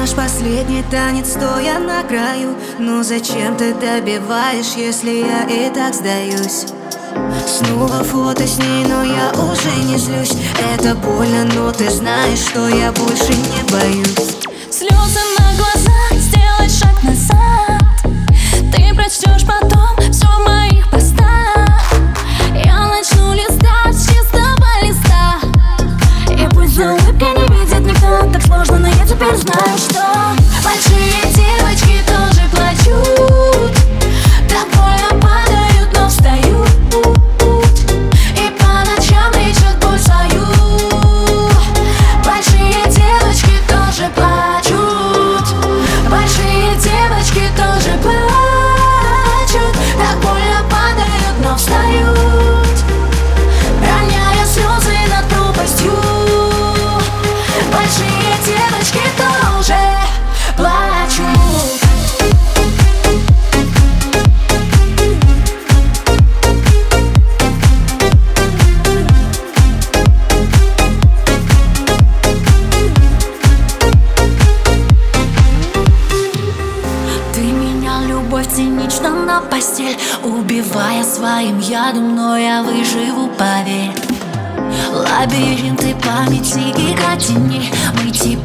наш последний танец, стоя на краю. Но зачем ты добиваешь, если я и так сдаюсь? Снова фото с ней, но я уже не злюсь. Это больно, но ты знаешь, что я больше не боюсь. Слезы на глазах, сделай шаг назад. Ты прочтешь потом все в моих постах. Я начну листать с чистого листа. И пусть за улыбкой не видит никто, так сложно, но я теперь знаю, что большие девочки тоже плачут. Так больно падают, но встают. И по ночам лечат боль свою. Большие девочки тоже плачут. Большие девочки тоже плачут. Так больно падают, но встают, роняя слезы над пропастью. Большие девочки тоже плачут. Любовь цинично на постель, убивая своим ядом, но я выживу, поверь. Лабиринты памяти, игра теней, мы типа